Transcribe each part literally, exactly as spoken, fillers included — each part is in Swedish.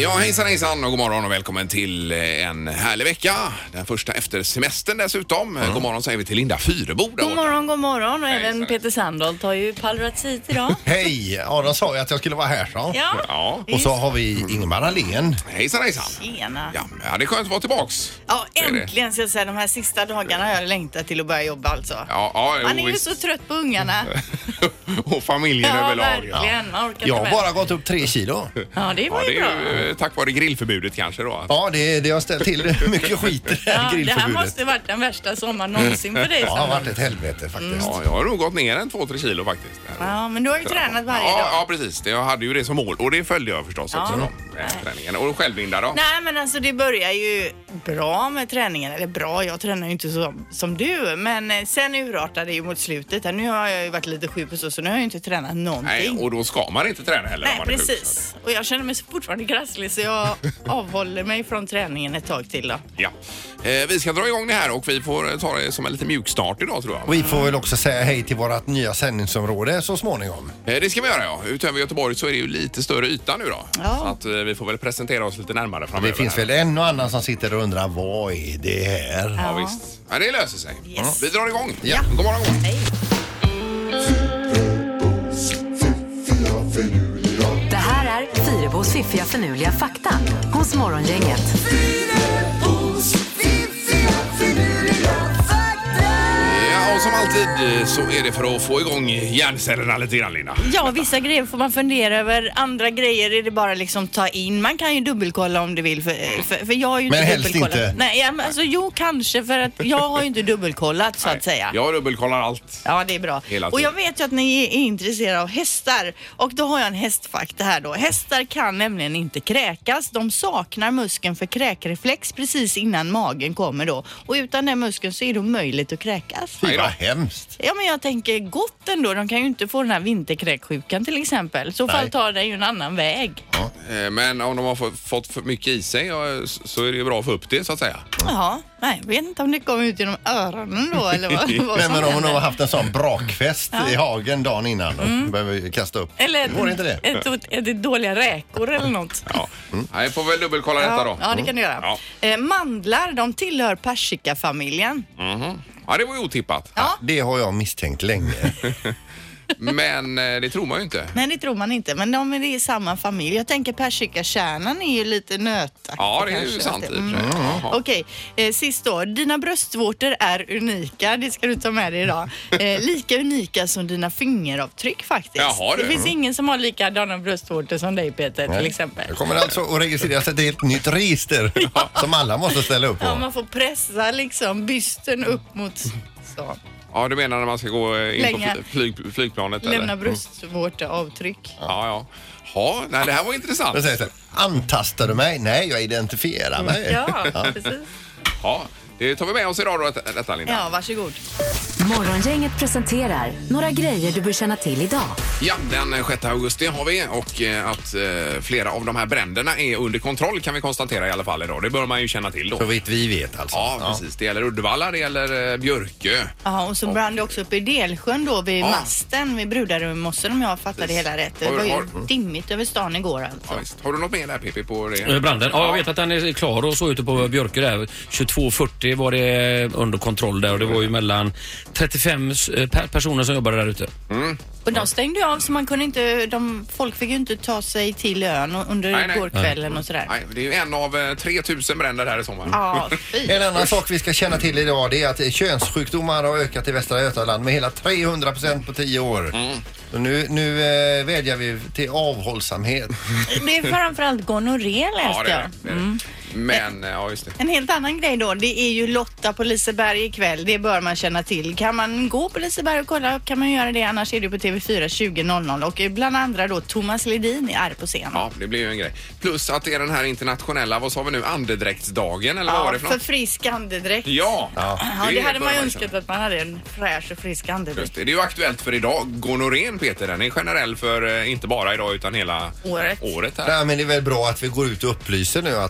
Ja, hejsan hejsan och god morgon och välkommen till en härlig vecka. Den första efter semestern dessutom. Mm. God morgon säger vi till Linda Fyrebo. God morgon, god morgon. Och även Peter Sandholt har ju pallrats hit idag. Hej, Aron sa ju att jag skulle vara här så. Ja. Ja. Och så har vi Ingemar Ahlén. Hejsan hejsan. Tjena. Ja, ja, det är skönt att vara tillbaks. Ja, äntligen ska jag säga. De här sista dagarna har jag längtat till att börja jobba alltså. Ja, ja, Man är ju visst. så trött på ungarna. Och familjen Ja, överlag. verkligen. Man orkar Jag inte har med. bara gått upp tre kilo. Ja, det var Ja, ju det bra. är ju eh, tack vare grillförbudet kanske då. Ja, det, det har ställt till mycket skit i det här Ja, det här grillförbudet. måste varit den värsta sommaren någonsin för dig. Ja, det har Sandholt. varit ett helvete faktiskt. Ja, jag har nog gått ner en två, tre kilo faktiskt. Ja, men du har ju tränat varje Ja, dag. ja, precis. Jag hade ju det som mål och det följde jag förstås Ja. också då, med träningen. Och själv Linda då? Nej, men alltså det börjar ju bra med träningen. Eller bra, jag tränar ju inte så som du. Men eh, sen urartade det ju mot slutet. Här, nu har jag ju varit lite sjuk och så, så nu har jag ju inte tränat någonting. Nej, och då ska man inte träna heller. om Nej, man är sjuk, så precis. Och jag känner mig fortfarande krasslig så jag avhåller mig från träningen ett tag till då. Ja. Eh, vi ska dra igång det här och vi får ta det som en lite mjuk start idag tror jag. Och vi får väl också säga hej till vårt nya sändningsområde så småningom. Eh, det ska vi göra ja. Utöver Göteborg så är det ju lite större yta nu då. Ja. Så att eh, vi får väl presentera oss lite närmare framöver. Det finns här. väl en och annan som sitter och undrar vad är det här? Ja, Ja. visst. Ja, det löser sig. Yes. Vi drar igång. Ja. God morgon. God morgon. Hej. Det här är Fyrebos fiffiga förnuliga fakta hos Morgongänget. Ja, och som alltid eh, så är det för att få igång hjärncellerna lite grann, Linda. Ja, vissa grejer får man fundera över. Andra grejer är det bara liksom ta in. Man kan ju dubbelkolla om du vill. För, för, för jag har ju inte Men helst dubbelkollat. inte. Nej, ja, men alltså, jo, kanske för att jag har ju inte dubbelkollat så att säga. Jag dubbelkollar allt. Ja, det är bra. Hela Och jag tiden. vet ju att ni är intresserade av hästar. Och då har jag en hästfakta här då. Hästar kan nämligen inte kräkas. De saknar muskeln för kräkreflex precis innan magen kommer då. Och utan den muskeln så är det omöjligt att kräkas. Fy Nej då. vad hemskt. Ja, men jag tänker gott ändå. De kan ju inte få den här vinterkräksjukan till exempel. Så fall Nej. tar det ju en annan väg. Eh, Men om de har fått- fått för mycket i sig ja, s- så är det ju bra att få upp det så att säga. Jaha, nej, jag vet inte om det kommer ut genom öronen då eller vad, vad Nej, som men om hon händer. har haft en sån brakfest i hagen dagen innan och behöver kasta upp. Eller Går inte det? Ett, ett, ett, ett dåliga räkor eller något. Ja. Nej, jag får väl dubbelkolla detta då. Ja, det kan du göra. Ja. Eh, mandlar, de tillhör persikafamiljen. Mhm. Ja, det var ju otippat. Ja. Det har jag misstänkt länge. Men eh, det tror man ju inte. Nej, det tror man inte, men de är i samma familj. Jag tänker persikakärnan är ju lite nötaktig. Ja, det är ju kanske. sant i och för Mm. sig. Jaha. Okej, eh, sist då. Dina bröstvårtor är unika, det ska du ta med dig idag. Eh, lika unika som dina fingeravtryck faktiskt. Jaha, det du. finns ingen som har likadana bröstvårtor som dig Peter till Nej. exempel. Det kommer alltså att registreras ett helt nytt register som alla måste ställa upp Ja, på. man får pressa liksom bysten upp mot så. Ja, du menar när man ska gå eh, in Länge. på fly, flyg, flygplanet? Lämna eller? bröstvårteavtryck. Ja, ja. Ja, nej, det här var intressant. Jag säger så här, antastar du mig? Nej, jag identifierar mig. Ja, precis. Ja, det tar vi med oss idag då, detta- detta Linda. Ja, varsågod. Morgongänget presenterar några grejer du bör känna till idag. Ja, den sjätte augusti har vi och eh, att eh, flera av de här bränderna är under kontroll kan vi konstatera i alla fall idag. Det bör man ju känna till då. Så vitt vi vet alltså. Ja, precis. Det gäller Uddevalla, det gäller eh, Björkö. Ja, och så brann det också upp i Delsjön då vid Ja. masten vid Brudarömossen om jag fattade hela rätt. Det Har- var ju har- dimmigt över stan igår alltså. Ja, visst. Har du något mer där Pippi på det? Eh, Branden. Ja, jag vet att den är klar och så ute på Björkö där. tjugotvå fyrtio var det under kontroll där och det var ju mellan trettiofem eh, per- personer som jobbade där ute. Och de stängde ju av så man kunde inte, de, folk fick ju inte ta sig till ön och- under Nej, nej. gårkvällen och sådär. Nej, det är ju en av eh, tre tusen bränder här i sommar. Ja, fy. En annan sak vi ska känna till idag det är att könssjukdomar har ökat i Västra Götaland med hela trehundra procent på tio år. Så nu, nu eh, vädjar vi till avhållsamhet. Det är framförallt gonorré Ja, läste det är jag. det. det, är det. Men, eh, ja just det. En helt annan grej då, det är ju Lotta på Liseberg ikväll. Det bör man känna till. Kan man gå på Liseberg och kolla kan man göra det. Annars är det på T V fyra tjugo noll noll. Och bland andra då Thomas Ledin är på scen. Ja, det blir ju en grej. Plus att det är den här internationella, vad sa vi nu, andedräktsdagen eller vad var Ja, det för för något? frisk andedräkt. Ja, Ja, det är- hade man bör ju känna. önskat att man hade en fräsch och frisk andedräkt. Just det, det är ju aktuellt för idag. Gonorrén Peter, den är generell för eh, inte bara idag utan hela Året. året här. Nej, men det är väl bra att vi går ut och upplyser nu att sluta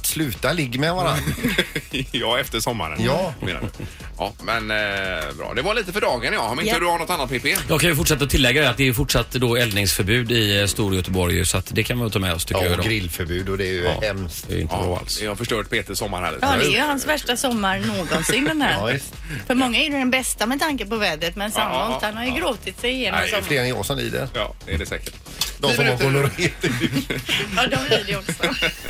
ofta ligg med varandra. Ja, efter sommaren. Ja. Menar du? Ja, men eh, bra. Det var lite för dagen, ja. Om inte Ja. du har något annat, Pippi? Jag kan ju fortsätta att tillägga att det är fortsatt då eldningsförbud i Stor Göteborg, så att det kan man ta med oss tycker Ja, jag och då. grillförbud och det är ju Ja. hemskt. Det är inte bra Ja, alls. jag har förstört Peters sommar här lite. Ja, det är ju hans värsta sommar någonsin den här. Ja, visst. För många är det den bästa med tanke på vädret, men Ja, ja, Sandholt, han har ju ja. gråtit sig igenom Nej, Det är sommaren. fler än jag som lider. Ja, det är det säkert. De som har gonorré. Ja, de vill ju också.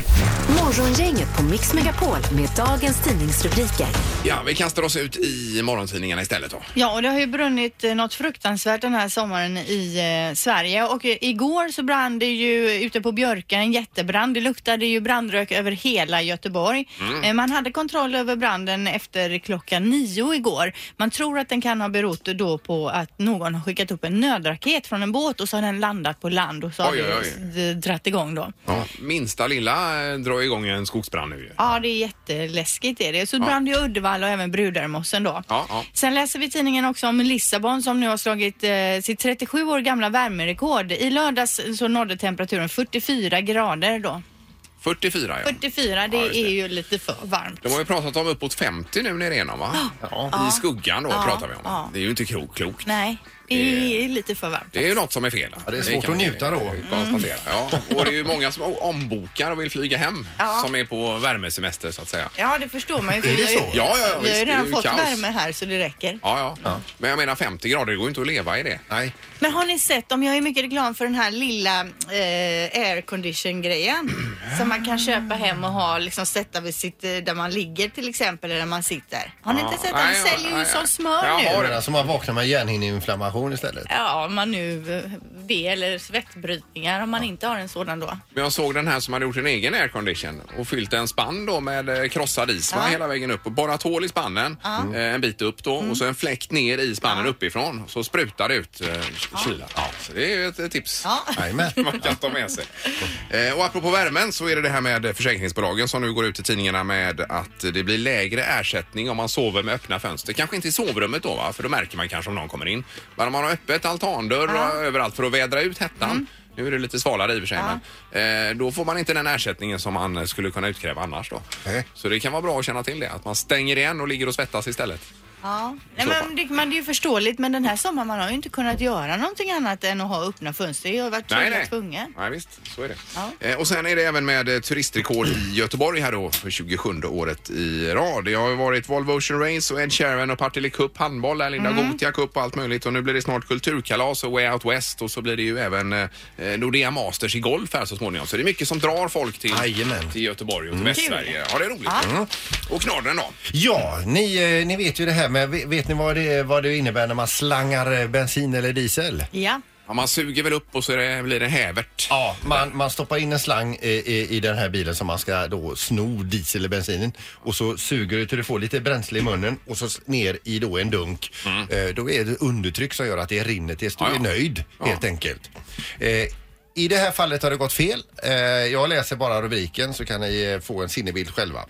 Morgongänget på Mix Megapol med dagens tidningsrubriker. Ja, vi kastar oss ut i morgontidningarna istället då. Ja, och det har ju brunnit eh, något fruktansvärt den här sommaren i eh, Sverige. Och eh, igår så brann det ju ute på Björka en jättebrand. Det luktade ju brandrök över hela Göteborg. Mm. Eh, man hade kontroll över branden efter klockan nio igår. Man tror att den kan ha berott då på att någon har skickat upp en nödraket från en båt och så har den landat på land och så har Oj, oj, det d- dratt igång då. Ja. Minsta lilla eh, drar igång en skogsbrand nu ju. Ja, det är jätteläskigt är det. Så brann ju Uddevalla och även Brudarmossen då. Ja, ja. Sen läser vi i tidningen också om Lissabon som nu har slagit eh, sitt trettiosju år gamla värmerekord. I lördags så nådde temperaturen fyrtiofyra grader då. fyrtiofyra, ja. fyrtiofyra, det, Ja, just det. är ju lite för varmt. De har ju pratat om uppåt femtio nu nere igenom, va? Ja. I skuggan då Ja, pratar vi om. ja. Det är ju inte krok, klokt. Nej, det är lite för varmt. Det är ju något som är fel. Ja, det är svårt kan att man ju njuta då. konstatera. Ja. Och det är ju många som ombokar och vill flyga hem Ja. som är på värmesemester så att säga. Ja, det förstår man ju. Är det Vi har ju- så? Ja, ja, ja, Vi har visst, ju det är redan ju fått kaos. värme här så det räcker. Ja, ja, Men jag menar femtio grader, det går ju inte att leva i det. Nej. Men har ni sett, de gör ju mycket reklam för den här lilla eh, aircondition-grejen som man kan köpa hem och ha, liksom sätta vid sitt, eh, där man ligger till exempel eller där man sitter. Har ni inte sett? Nej, Den ja, säljer ju nej, som ja. smör Ja, nu. har Det är som man vaknar med hjärnhinneinflammation istället. Ja, om man nu eh, det eller svettbrytningar om man inte har en sådan då. Men jag såg den här som hade gjort en egen aircondition och fyllt en spann då med eh, krossad is va, Ja. hela vägen upp och borrat hål i spannen eh, en bit upp då och så en fläkt ner i spannen uppifrån så sprutar det ut eh, kyla. Ja. Så det är ju ett, ett tips. Ja. Jajamän. Man kan ta med sig. Eh, och apropå värmen så är det det här med försäkringsbolagen som nu går ut i tidningarna med att det blir lägre ersättning om man sover med öppna fönster. Kanske inte i sovrummet då va, för då märker man kanske om någon kommer in. Men om man har öppet altandörr Ja. och överallt för att vädra ut hettan. Nu är det lite svalare i och för sig, Ja. men eh, då får man inte den ersättningen som man skulle kunna utkräva annars då. Nej. Så det kan vara bra att känna till det, att man stänger igen och ligger och svettas istället. Ja, nej, så men det, man, det är ju förståeligt, men den här sommaren man har ju inte kunnat göra någonting annat än att ha öppna fönster. Jag har varit Nej, nej. tvungen. Nej, visst, så är det. Ja. Eh, och sen är det även med eh, turistrekord i Göteborg här då för tjugosjunde året i rad. Det har ju varit Volvo Ocean Race och Ed Sheeran och Partille Cup, handboll, där Linda Mm. Gothia Cup och allt möjligt. Och nu blir det snart kulturkalas och Way Out West och så blir det ju även eh, Nordea Masters i golf här så småningom. Så det är mycket som drar folk till, Jajamän. till Göteborg och till Västsverige. Ja, det är roligt. Ja. Mm. Och knorren då? Ja, ni, eh, ni vet ju det här med, vet ni vad det, vad det innebär när man slangar eh, bensin eller diesel? Ja. Ja, man suger väl upp och så är det, blir det hävert. Ja, man, man stoppar in en slang i, i, i den här bilen som man ska då sno diesel eller bensinen och så suger du till du får lite bränsle i munnen och så s- ner i då en dunk. Eh, då är det undertryck som gör att det rinner tills du Ja, ja. är nöjd Ja. helt enkelt. Eh, I det här fallet har det gått fel. Eh, jag läser bara rubriken så kan ni eh, få en sinnebild själva.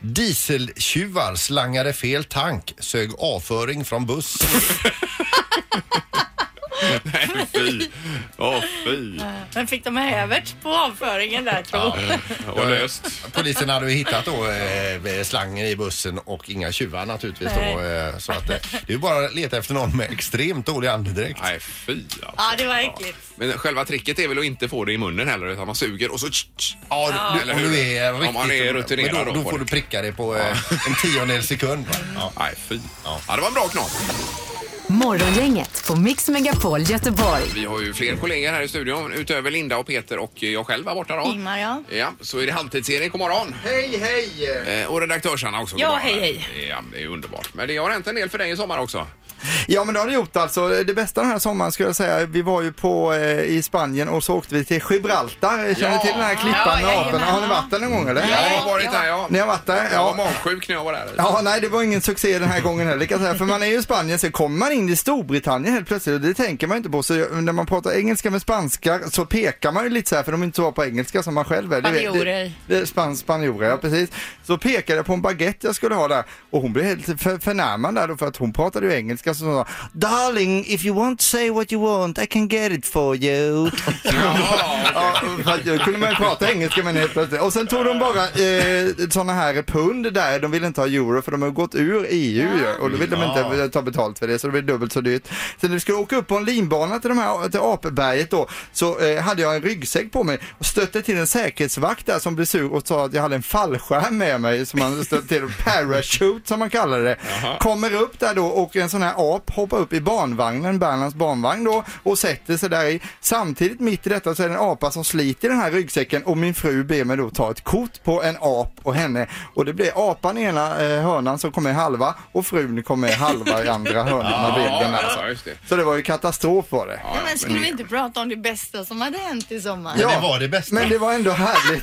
Dieseltjuvar slangade fel tank, sög avföring från buss. Nej, fy. Åh, fy. Men fick de hävert på avföringen där tror jag. Det var löst. Polisen hade ju hittat då eh, slangen i bussen och inga tjuvar naturligtvis då, eh, så att eh, det är ju bara att leta efter någon med extremt dålig andedräkt. Nej, fy alltså. Ja, det var äckligt. Men själva tricket är väl att inte få det i munnen heller utan man suger och så tsch, tsch. Ja, du, Eller om hur? du är riktigt... Om man är rutinerad men då, då då på får det. du pricka det på eh, en tiondel sekund. Va? Ja. Nej, fy. Ja, det var en bra knorr. Morgongänget på Mix Megapol Göteborg. Vi har ju fler kollegor här i studion utöver Linda och Peter och jag själv var borta då. Ingmar, ja. Ja, så är det halvtids-Erik, god morgon. Hej, hej! Eh, och redaktörs-Anna också. god Ja, morgon. hej, hej. Ja, det är underbart. Men det har hänt en del för dig i sommar också. Ja, men det har det gjort alltså. Det bästa den här sommaren skulle jag säga, vi var ju på eh, i Spanien och så åkte vi till Gibraltar. Känner Ja. till den här klippan Ja, med jajamän. aporna? Har ni varit där någon gång eller? Ja, jag har varit där, ja. Ni har varit där? Jag var Ja. magsjuk när jag var där. Ja, nej, det var ingen succé den här gången heller, kan jag säga. För man är ju i Spanien, så kommer man in i Storbritannien helt plötsligt och det tänker man inte på. Så när man pratar engelska med spanska så pekar man ju lite så här, för de är inte så bra på engelska som man själv är. Det- Spanjorer. Det, det, span, spanjorer, ja precis. Så pekade jag på en baguette jag skulle ha där och hon blev helt för, förnärmad där då, för att hon pratade ju engelska engelska så sa darling, if you want to say what you want I can get it for you. Ja, för att jag kunde man prata engelska men helt plötsligt. Och sen tog de bara eh, såna här pund där, de ville inte ha euro för de har gått ur E U ja. Och då vill de inte ta betalt för det så det blir dubbelt så dyrt. Så när vi skulle åka upp på en linbana till, de här, till Apberget då så eh, hade jag en ryggsäck på mig och stötte till en säkerhetsvakt där som blev sur och sa att jag hade en fallskärm med mig som man stötte till, parachute som man kallar det. Jaha. Kommer upp där då och en sån här ap hoppar upp i barnvagnen, Bernlands barnvagn då och sätter sig där i. Samtidigt mitt i detta så är det en apa som sliter den här ryggsäcken och min fru ber mig då ta ett kort på en ap och henne och det blir apan i ena eh, hörnan som kommer i halva och frun kommer i halva i andra hörnan av bilden. Alltså. Ja, så det var ju katastrof var det. Ja, men skulle vi inte prata om det bästa som hade hänt i sommar? Ja, det var det bästa. Men det var ändå härligt.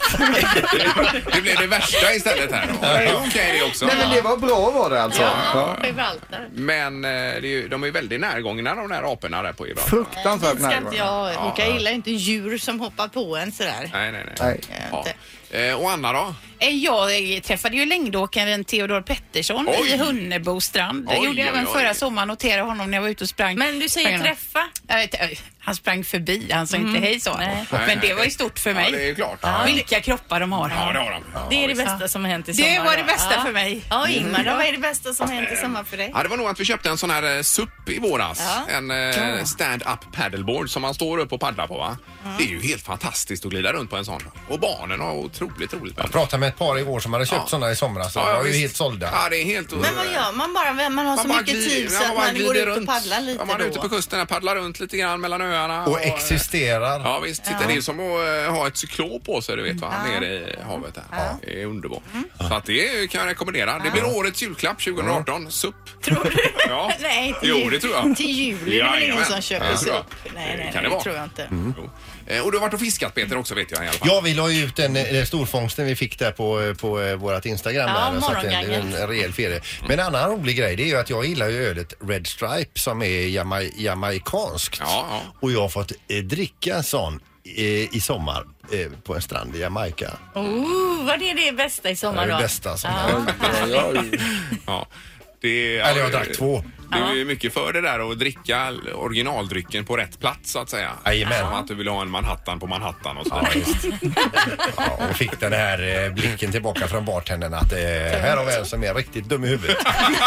Det blev det värsta istället här då. Okej okay, det också. Nej men det var bra var det alltså. Ja, ja. Men eh, det är ju, de är ju väldigt närgångna de där aporna där på Gibraltar. Fruktansvärt närgångna. Ska inte jag, ja, jag gillar inte djur som hoppar på en sådär. Nej, nej, nej. nej. Ja. Eh, och Anna då? Jag träffade ju längdåkaren Theodor Pettersson oj. i Hunnebo strand. Det oj, gjorde jag även oj, förra oj. sommaren, noterade honom när jag var ute och sprang. Men du säger träffa? Han sprang förbi, han sa mm. inte hej så. Nej. Men det var ju stort för mig. Ja, det är klart. Ja. Vilka kroppar de har. Ja, det har de. Ja, det är det bästa ja. som har hänt i sommar. Det var det bästa ja. för mig. Ja, Ingmar, då, vad är det bästa som har hänt i sommar för dig? Ja, det var nog att vi köpte en sån här uh, S U P i våras. Ja. En uh, stand-up paddleboard som man står upp och paddlar på va? Mm. Det är ju helt fantastiskt att glida runt på en sån. Och barnen har otroligt roligt. Jag pratade med ett par igår som hade köpt ja. såna i somras så ja, de var ju helt sålda. Ja, det är helt... Men vad gör man bara? Man har man så mycket glider, tid så att man går ut runt. och paddlar lite ja, man är då. ute på kusten och paddlar runt lite grann mellan öarna. Och, och existerar. Ja, visst. Titta, ja. det är som att uh, ha ett cyklop på sig, du vet va? Ja. Nere i havet där. Ja. Det är underbart. Mm. Så att det kan jag rekommendera. Det blir ja. årets julklapp tjugo arton. Mm. S U P. Tror du? Ja. Nej, till jo, det tror jag. Till juli ja, är det ingen som köper S U P. Nej, nej, kan det, det, det tror jag inte. Mm. Och du har varit och fiskat Peter också vet jag i alla fall. Ja, vi la ju ut den eh, storfångsten vi fick där på, på eh, vårat Instagram. Ja, där, så att det är en, en rejäl ferie. Men en annan rolig grej det är ju att jag gillar ju ölet Red Stripe som är jama, jamaikanskt. Ja, ja. Och jag har fått eh, dricka en sån eh, i sommar eh, på en strand i Jamaica. Oh, vad är det bästa i sommar då? då? Det bästa som ja. ja. Det, Eller jag drack två. Du är ju mycket för det där att dricka originaldrycken på rätt plats så att säga. Jajamän. Som att du vill ha en Manhattan på Manhattan och så. Ja, just. Ja, och fick den här eh, blicken tillbaka från bartendern att eh, här har vi en som är riktigt dum i huvudet.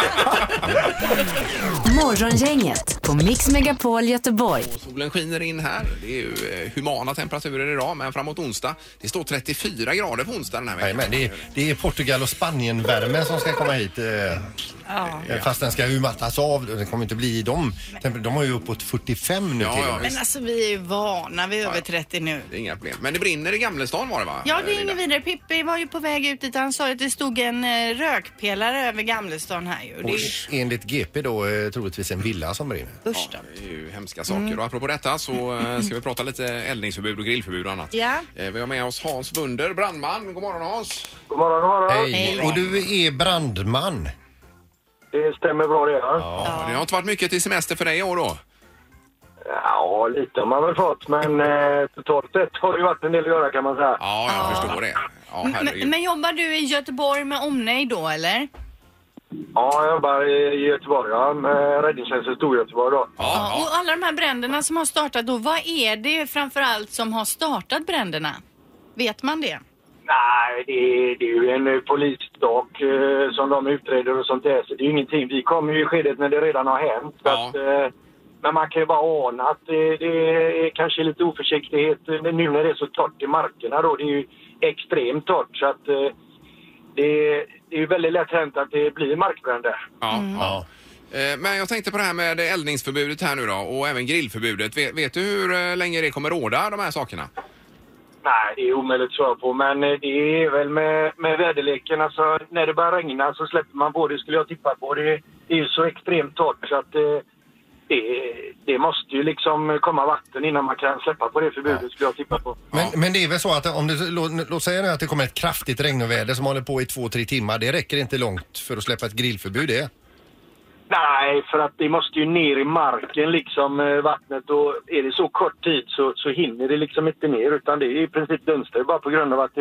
Morgongänget på Mix Megapol Göteborg. Och solen skiner in här. Det är ju eh, humana temperaturer idag men framåt onsdag. Det står trettiofyra grader på onsdag den här veckan. Jajamän, det är, det är Portugal och Spanien-värmen som ska komma hit. Eh, ja. Fast den ska ju mattas av. Det kommer inte bli de. De har ju uppåt fyrtiofem nu ja, till. Ja, men alltså vi är ju vana, vi är ja, över trettio nu. Det är inga problem. Men det brinner i Gamlestan var det va? Ja, det är inget vidare. Pippi var ju på väg ut dit. Han sa att det stod en eh, rökpelare över Gamlestan här ju. Och ju... enligt G P då eh, troligtvis en villa som brinner. Ja, det är ju hemska saker. Mm. Och apropå detta så eh, ska vi prata lite eldningsförbud och grillförbud och annat. Ja. Eh, vi har med oss Hans Wunder, brandman. God morgon Hans. God morgon, god morgon. Hej. Hej. Och du är brandman. Det stämmer bra det ja. Ja, det har inte varit mycket till semester för dig i år då? Ja, lite har man väl fått, men eh, totalt sett har det ju varit en del att göra kan man säga. Ja, jag ja. förstår det. Ja, men, men jobbar du i Göteborg med omnejd då, eller? Ja, jag jobbar i Göteborg, ja, med räddningstjänsten Storgöteborg då. Ja, ja. Och alla de här bränderna som har startat då, vad är det framförallt som har startat bränderna? Vet man det? Nej, det är, det är ju en polisstak eh, som de utreder och sånt där. Så det är ju ingenting. Vi kommer ju i skedet när det redan har hänt. Så ja. att, eh, men man kan ju bara ana att det, det är kanske lite oförsiktighet nu när det är så torrt i markerna då. Det är ju extremt torrt så att eh, det, det är ju väldigt lätt hänt att det blir markbränder. Ja, mm. ja. Men jag tänkte på det här med eldningsförbudet här nu då och även grillförbudet. Vet, vet du hur länge det kommer råda de här sakerna? Nej, det är omöjligt att svara på, men det är väl med, med väderleken, alltså när det börjar regna så släpper man på det skulle jag tippa på. Det, det är ju så extremt torrt så att det, det, det måste ju liksom komma vatten innan man kan släppa på det förbudet ja. skulle jag tippa på. Men, ja. men det är väl så att om det, låt, låt säga nu att det kommer ett kraftigt regnväder som håller på i två, tre timmar, det räcker inte långt för att släppa ett grillförbud det? Nej, för att det måste ju ner i marken liksom eh, vattnet och är det så kort tid så, så hinner det liksom inte ner utan det är i princip dunster bara på grund av att det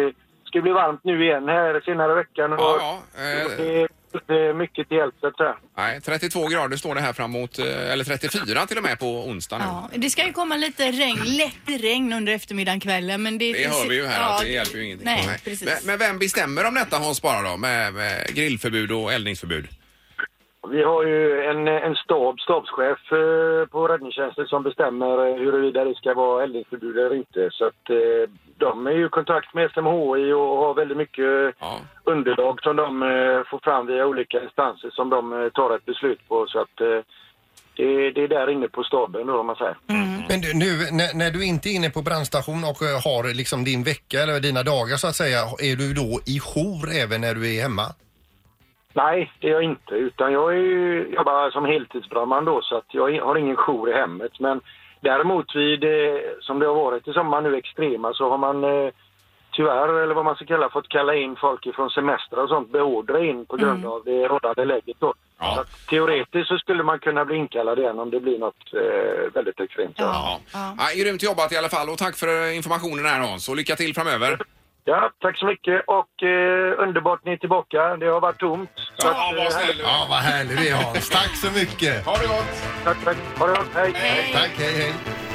ska bli varmt nu igen här senare i veckan. Och Ja, ja. Eh, det, är, det är mycket till hjälp så att säga. nej, trettiotvå grader står det här framåt, eh, eller trettiofyra till och med på onsdag nu. Ja, det ska ju komma lite regn, lätt regn under eftermiddagen kvällen. Men det, Det hör vi ju här, ja, att det hjälper ju ingenting. Nej, precis. Men, men vem bestämmer om detta, Hans, bara då? Med, med grillförbud och eldningsförbud? Vi har ju en, en stab, stabschef eh, på räddningstjänsten som bestämmer eh, huruvida det ska vara eldningsförbud eller inte. Så att eh, de är ju i kontakt med S M H I och har väldigt mycket Ja. underlag som de eh, får fram via olika instanser som de eh, tar ett beslut på. Så att eh, det, det är där inne på staben då, om man säger. Mm. Men du, nu när, när du inte är inne på brandstation och eh, har liksom din vecka eller dina dagar så att säga, är du då i jour även när du är hemma? Nej, det är jag inte. Utan jag är ju, jobbar som heltidsbrandman då, så att jag har ingen jour i hemmet. Men däremot vid, eh, som det har varit i sommar nu extrema, så har man eh, tyvärr, eller vad man ska kalla, fått kalla in folk från semester och sånt, beordra in på grund av det rådande läget då. Ja. Så att, teoretiskt så skulle man kunna bli inkallad igen om det blir något eh, väldigt extremt. Ja. Ja. Ja, grymt jobbat i alla fall, och tack för informationen här, Hans, och lycka till framöver. Ja, tack så mycket, och eh, underbart ni är tillbaka. Det har varit tomt. Så Ja, att, vad eh, snäll du är. Ja, vad härlig du är, Hans. Tack så mycket. Ha det gott! tack, tack. Ha det gott, hej. Hej. Tack, hej, hej.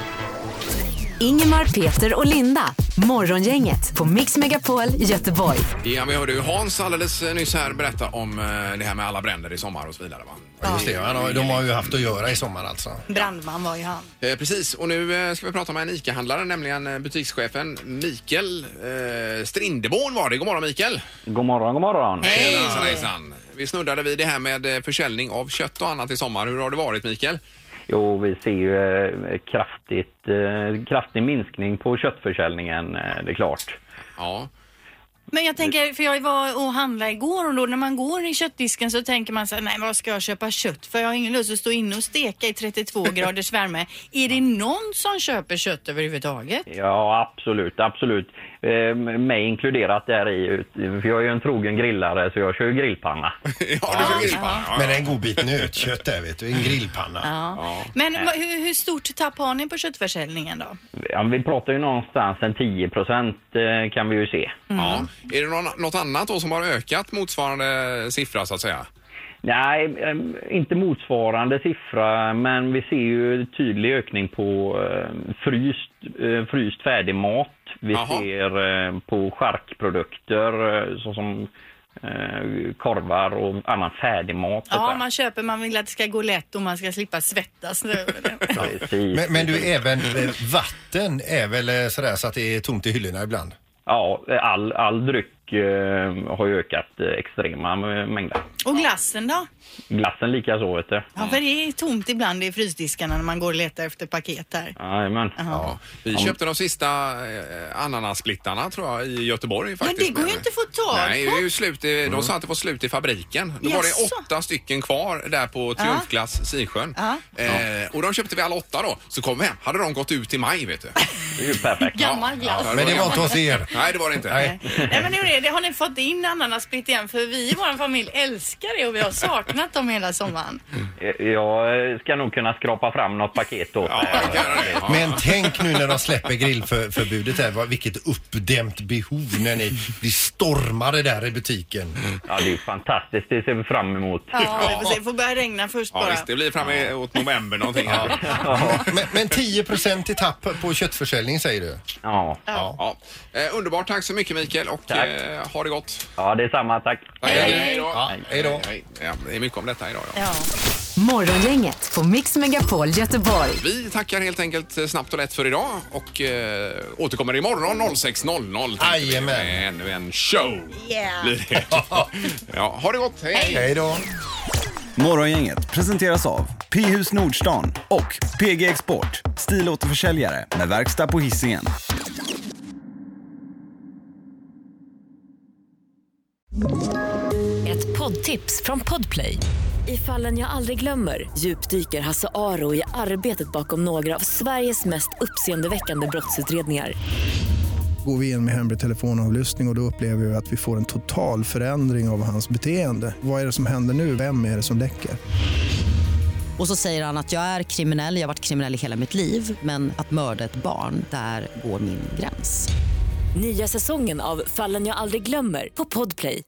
Ingemar, Peter och Linda. Morgongänget på Mix Megapol Göteborg. Ja, vi hörde ju Hans alldeles nyss här berätta om eh, det här med alla bränder i sommar och så vidare, va? Ja, just det. Han har, de har ju haft att göra i sommar alltså. Brandman var ju han. Eh, precis, och nu eh, ska vi prata med en ICA-handlare, nämligen eh, butikschefen Mikael eh, Strindeborn var det. God morgon, Mikael. God morgon, god morgon. Hej! Hejsan, hejsan. Vi snuddade vid det här med eh, försäljning av kött och annat i sommar. Hur har det varit, Mikael? Jo, vi ser ju eh, kraftigt, eh, kraftig minskning på köttförsäljningen, eh, det är klart. Ja. Men jag tänker, för jag var och handlade igår, och då när man går i köttdisken så tänker man så här, nej, vad ska jag köpa kött? För jag har ingen lust att stå inne och steka i trettiotvå graders värme. Är det någon som köper kött överhuvudtaget? Ja, absolut, absolut. Eh, mig inkluderat där i, för jag är ju en trogen grillare så jag kör ju grillpanna. Ja, du kör grillpanna. Ja, Men en god bit nötkött där, vet du. En grillpanna. Ja. Men vad- hur, hur stort tapp har ni på köttförsäljningen då? Ja, vi pratar ju någonstans en tio procent eh, kan vi ju se. ja. Är det någon, något annat då som har ökat motsvarande siffra, så att säga? Nej, eh, inte motsvarande siffra, men vi ser ju tydlig ökning på eh, fryst, eh, fryst färdig mat. Vi Jaha. ser eh, på charkprodukter eh, såsom eh, korvar och annan färdig mat. så att Ja, säga. man köper, man vill att det ska gå lätt och man ska slippa svettas. Precis. Men, men du, även eh, vatten är väl eh, sådär så att det är tomt i hyllorna ibland? Ja, all, all dryck eh, har ju ökat eh, extrema mängder. Och glassen då? Glassen lika så, vet du. Ja, för det är tomt ibland i frysdiskarna när man går och letar efter paket här. Jajamän. Ja. Vi köpte de sista eh, ananasplittarna, tror jag, i Göteborg Men faktiskt. det går ju inte att få tag Nej, på. det är ju slut i, de sa att det var slut i fabriken. Då var Jaså? det åtta stycken kvar där på Triumfglass Sisjön. Ja. Eh, och de köpte vi alla åtta då. Så kom vi hem. Hade de gått ut i maj, vet du. Det är ju perfekt. Gammal glass. Ja, Men det var inte hos er. Nej, det var det inte. Nej. Nej, men det är det. Det har ni fått in ananasplitt igen, för vi i vår familj älskar det och vi har saknat dem hela sommaren. Jag ska nog kunna skrapa fram något paket åt Ja, jag kan göra det. Ja. Men tänk nu när de släpper grillförbudet här, vad- vilket uppdämt behov när ni blir stormade där i butiken. Ja, det är fantastiskt. Det ser vi fram emot. Ja, vi får se. Det får börja regna först Ja, bara. visst, det blir fram emot november någonting här. Men, men tio procent i tapp på köttförsäljning säger du? Ja, Ja. Eh, underbart, tack så mycket, Mikael, och Tack. eh, ha det gott. ja det är samma. Tack. Hej, hej då. Ja, hej då. Hej. Ja, det är mycket om detta idag. Ja. Ja. Morgongänget på Mix Megapol Göteborg. Vi tackar helt enkelt snabbt och lätt för idag och eh, återkommer imorgon noll sex noll noll. Jajamän. Med ännu en show. Yeah. Blir det. Ja, ha det gott. Hej. Hej. Hej då. Morgongänget presenteras av P-hus Nordstan och P G Export, stilåterförsäljare med verkstad på Hisingen. Ett poddtips från Podplay. I Fallen jag aldrig glömmer djupdyker Hasse Aro i arbetet bakom några av Sveriges mest uppseendeväckande brottsutredningar. Går vi in med hemlig telefonavlyssning och, och då upplever vi att vi får en total förändring av hans beteende. Vad är det som händer nu? Vem är det som läcker? Och så säger han att jag är kriminell, jag har varit kriminell i hela mitt liv, men att mörda ett barn, där går min gräns. Nya säsongen av Fallen jag aldrig glömmer på Podplay.